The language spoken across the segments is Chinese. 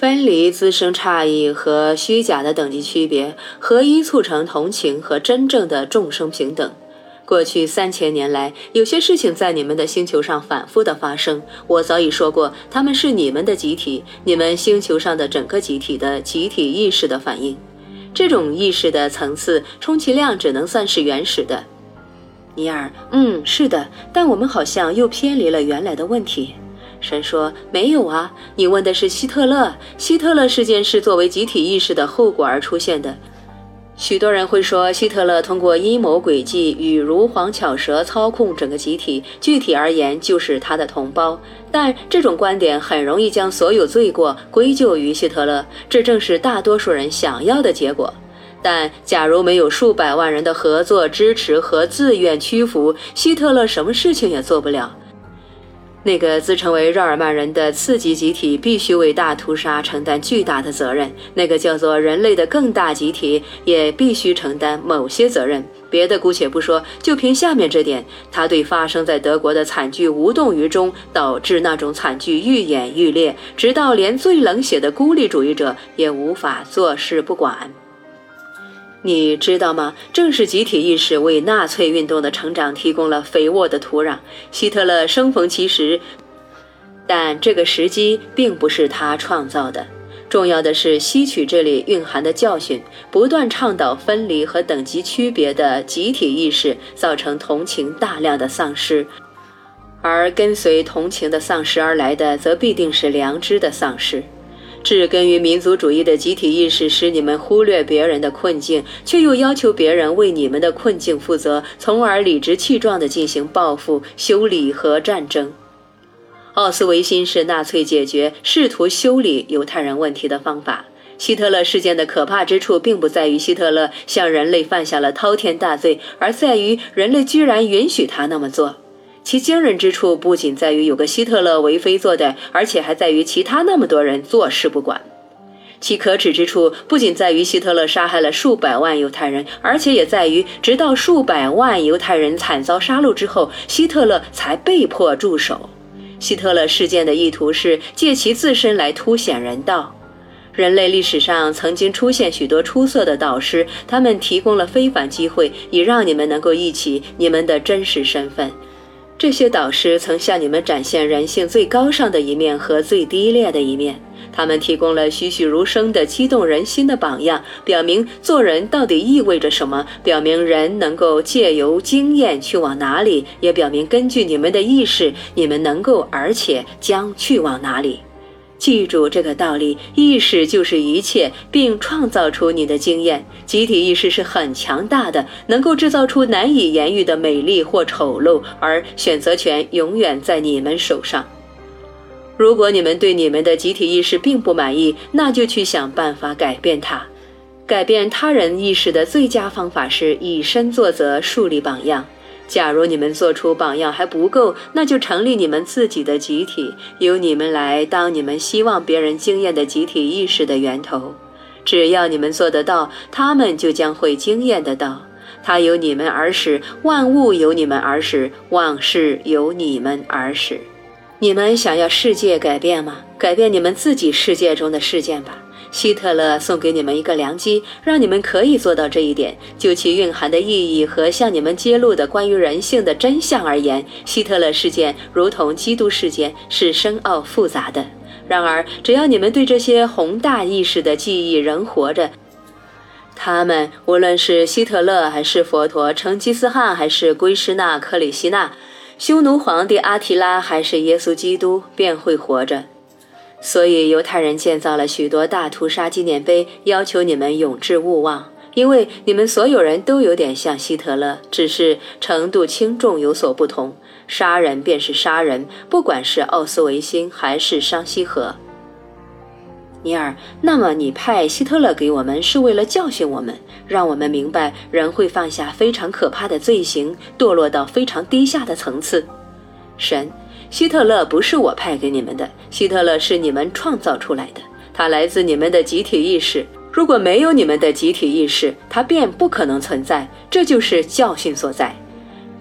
分离滋生差异和虚假的等级区别，合一促成同情和真正的众生平等。过去3000年来，有些事情在你们的星球上反复的发生，我早已说过，它们是你们的集体，你们星球上的整个集体的集体意识的反应。这种意识的层次充其量只能算是原始的。尼尔，是的，但我们好像又偏离了原来的问题。神说，没有啊，你问的是希特勒。希特勒事件是作为集体意识的后果而出现的。许多人会说，希特勒通过阴谋诡计与如簧巧舌操控整个集体，具体而言就是他的同胞。但这种观点很容易将所有罪过归咎于希特勒，这正是大多数人想要的结果。但假如没有数百万人的合作、支持和自愿屈服，希特勒什么事情也做不了。那个自称为日耳曼人的次级集体必须为大屠杀承担巨大的责任，那个叫做人类的更大集体也必须承担某些责任。别的姑且不说，就凭下面这点，他对发生在德国的惨剧无动于衷，导致那种惨剧愈演愈烈，直到连最冷血的孤立主义者也无法坐视不管。你知道吗？正是集体意识为纳粹运动的成长提供了肥沃的土壤。希特勒生逢其时，但这个时机并不是他创造的。重要的是吸取这里蕴含的教训，不断倡导分离和等级区别的集体意识，造成同情大量的丧失，而跟随同情的丧失而来的，则必定是良知的丧失。植根于民族主义的集体意识使你们忽略别人的困境，却又要求别人为你们的困境负责，从而理直气壮地进行报复、修理和战争。奥斯维辛是纳粹解决试图修理犹太人问题的方法。希特勒事件的可怕之处并不在于希特勒向人类犯下了滔天大罪，而在于人类居然允许他那么做。其惊人之处不仅在于有个希特勒为非作歹，而且还在于其他那么多人坐视不管。其可耻之处不仅在于希特勒杀害了数百万犹太人，而且也在于直到数百万犹太人惨遭杀戮之后，希特勒才被迫住手。希特勒事件的意图是借其自身来凸显人道。人类历史上曾经出现许多出色的导师，他们提供了非凡机会，以让你们能够忆起你们的真实身份。这些导师曾向你们展现人性最高尚的一面和最低劣的一面，他们提供了栩栩如生的激动人心的榜样，表明做人到底意味着什么，表明人能够借由经验去往哪里，也表明根据你们的意识，你们能够而且将去往哪里。记住这个道理，意识就是一切，并创造出你的经验。集体意识是很强大的，能够制造出难以言喻的美丽或丑陋，而选择权永远在你们手上。如果你们对你们的集体意识并不满意，那就去想办法改变它。改变他人意识的最佳方法是以身作则，树立榜样。假如你们做出榜样还不够，那就成立你们自己的集体，由你们来当你们希望别人经验的集体意识的源头。只要你们做得到，他们就将会经验得到。它由你们而始，万物由你们而始，万事由你们而始。你们想要世界改变吗？改变你们自己世界中的事件吧。希特勒送给你们一个良机，让你们可以做到这一点。就其蕴含的意义和向你们揭露的关于人性的真相而言，希特勒事件如同基督事件是深奥复杂的。然而，只要你们对这些宏大意识的记忆仍活着，他们无论是希特勒还是佛陀、成吉思汗还是圭师那、克里希那、匈奴皇帝阿提拉还是耶稣基督，便会活着。所以犹太人建造了许多大屠杀纪念碑，要求你们永志勿忘，因为你们所有人都有点像希特勒，只是程度轻重有所不同。杀人便是杀人，不管是奥斯维辛还是商西河。尼尔，那么你派希特勒给我们是为了教训我们，让我们明白人会犯下非常可怕的罪行，堕落到非常低下的层次。神，希特勒不是我派给你们的，希特勒是你们创造出来的，它来自你们的集体意识。如果没有你们的集体意识，它便不可能存在，这就是教训所在。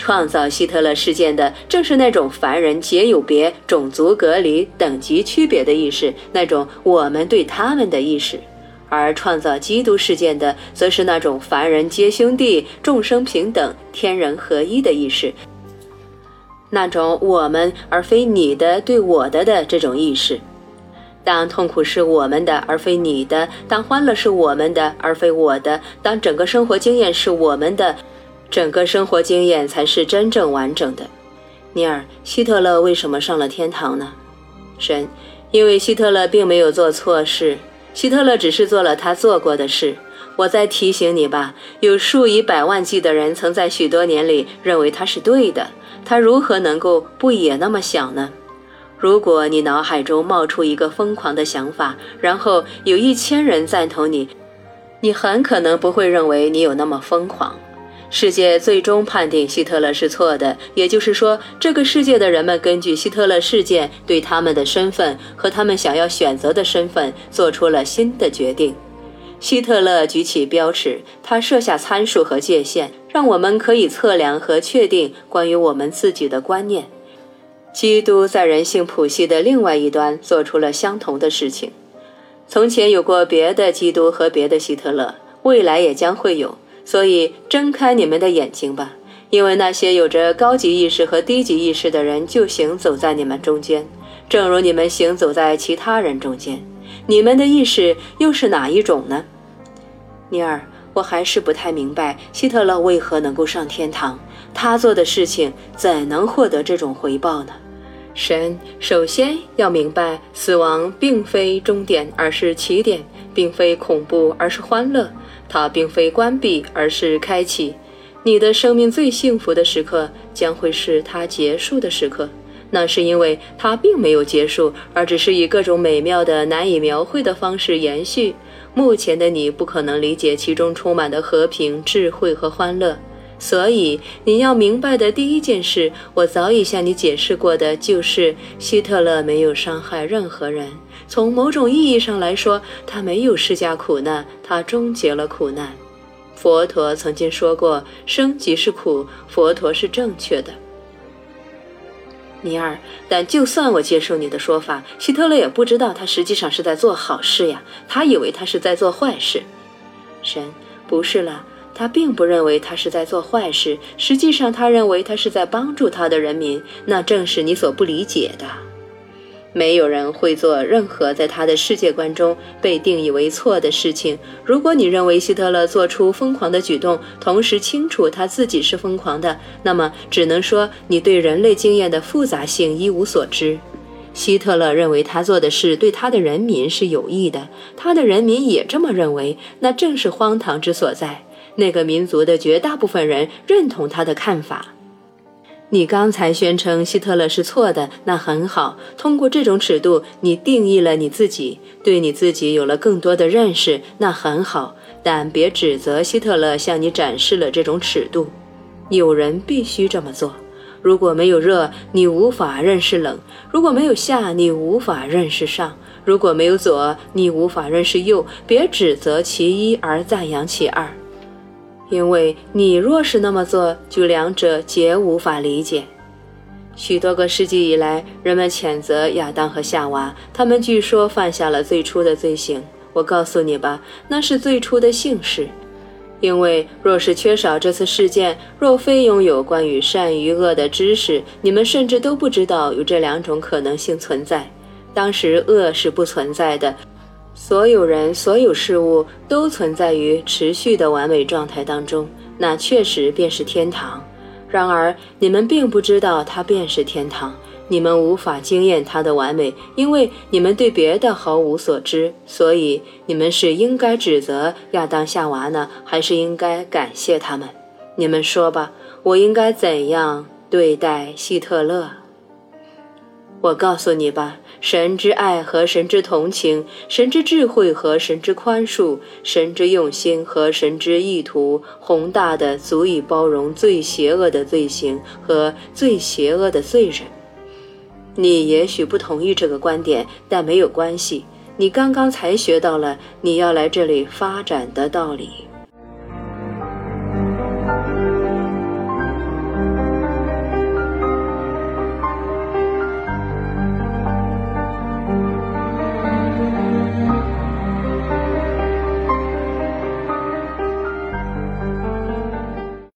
创造希特勒事件的正是那种凡人皆有别、种族隔离、等级区别的意识，那种我们对他们的意识；而创造基督事件的，则是那种凡人皆兄弟、众生平等、天人合一的意识，那种我们而非你的对我的这种意识。当痛苦是我们的而非你的，当欢乐是我们的而非我的，当整个生活经验是我们的，整个生活经验才是真正完整的。尼尔，希特勒为什么上了天堂呢？神，因为希特勒并没有做错事，希特勒只是做了他做过的事。我再提醒你吧，有数以百万计的人曾在许多年里认为他是对的，他如何能够不也那么想呢？如果你脑海中冒出一个疯狂的想法，然后有1000人赞同你，你很可能不会认为你有那么疯狂。世界最终判定希特勒是错的，也就是说，这个世界的人们根据希特勒事件对他们的身份和他们想要选择的身份做出了新的决定。希特勒举起标尺，他设下参数和界限，让我们可以测量和确定关于我们自己的观念。基督在人性谱系的另外一端做出了相同的事情。从前有过别的基督和别的希特勒，未来也将会有，所以睁开你们的眼睛吧，因为那些有着高级意识和低级意识的人就行走在你们中间，正如你们行走在其他人中间。你们的意识又是哪一种呢？尼尔，我还是不太明白希特勒为何能够上天堂，他做的事情怎能获得这种回报呢？神，首先要明白，死亡并非终点，而是起点；并非恐怖，而是欢乐；它并非关闭，而是开启。你的生命最幸福的时刻，将会是它结束的时刻。那是因为它并没有结束，而只是以各种美妙的、难以描绘的方式延续。目前的你不可能理解其中充满的和平、智慧和欢乐。所以你要明白的第一件事，我早已向你解释过的，就是希特勒没有伤害任何人。从某种意义上来说，他没有施加苦难，他终结了苦难。佛陀曾经说过，生即是苦，佛陀是正确的。尼尔，但就算我接受你的说法，希特勒也不知道他实际上是在做好事呀，他以为他是在做坏事。神，不是了，他并不认为他是在做坏事，实际上他认为他是在帮助他的人民，那正是你所不理解的。没有人会做任何在他的世界观中被定义为错的事情。如果你认为希特勒做出疯狂的举动，同时清楚他自己是疯狂的，那么只能说你对人类经验的复杂性一无所知。希特勒认为他做的事对他的人民是有益的，他的人民也这么认为，那正是荒唐之所在。那个民族的绝大部分人认同他的看法。你刚才宣称希特勒是错的，那很好，通过这种尺度，你定义了你自己，对你自己有了更多的认识，那很好，但别指责希特勒向你展示了这种尺度。有人必须这么做。如果没有热，你无法认识冷；如果没有下，你无法认识上；如果没有左，你无法认识右。别指责其一而赞扬其二。因为你若是那么做，就两者皆无法理解。许多个世纪以来，人们谴责亚当和夏娃，他们据说犯下了最初的罪行。我告诉你吧，那是最初的姓氏。因为若是缺少这次事件，若非拥有关于善与恶的知识，你们甚至都不知道有这两种可能性存在。当时恶是不存在的，所有人所有事物都存在于持续的完美状态当中，那确实便是天堂。然而你们并不知道它便是天堂，你们无法经验它的完美，因为你们对别的毫无所知。所以你们是应该指责亚当夏娃呢，还是应该感谢他们？你们说吧，我应该怎样对待希特勒？我告诉你吧，神之爱和神之同情，神之智慧和神之宽恕，神之用心和神之意图，宏大的足以包容最邪恶的罪行和最邪恶的罪人。你也许不同意这个观点，但没有关系，你刚刚才学到了你要来这里发展的道理。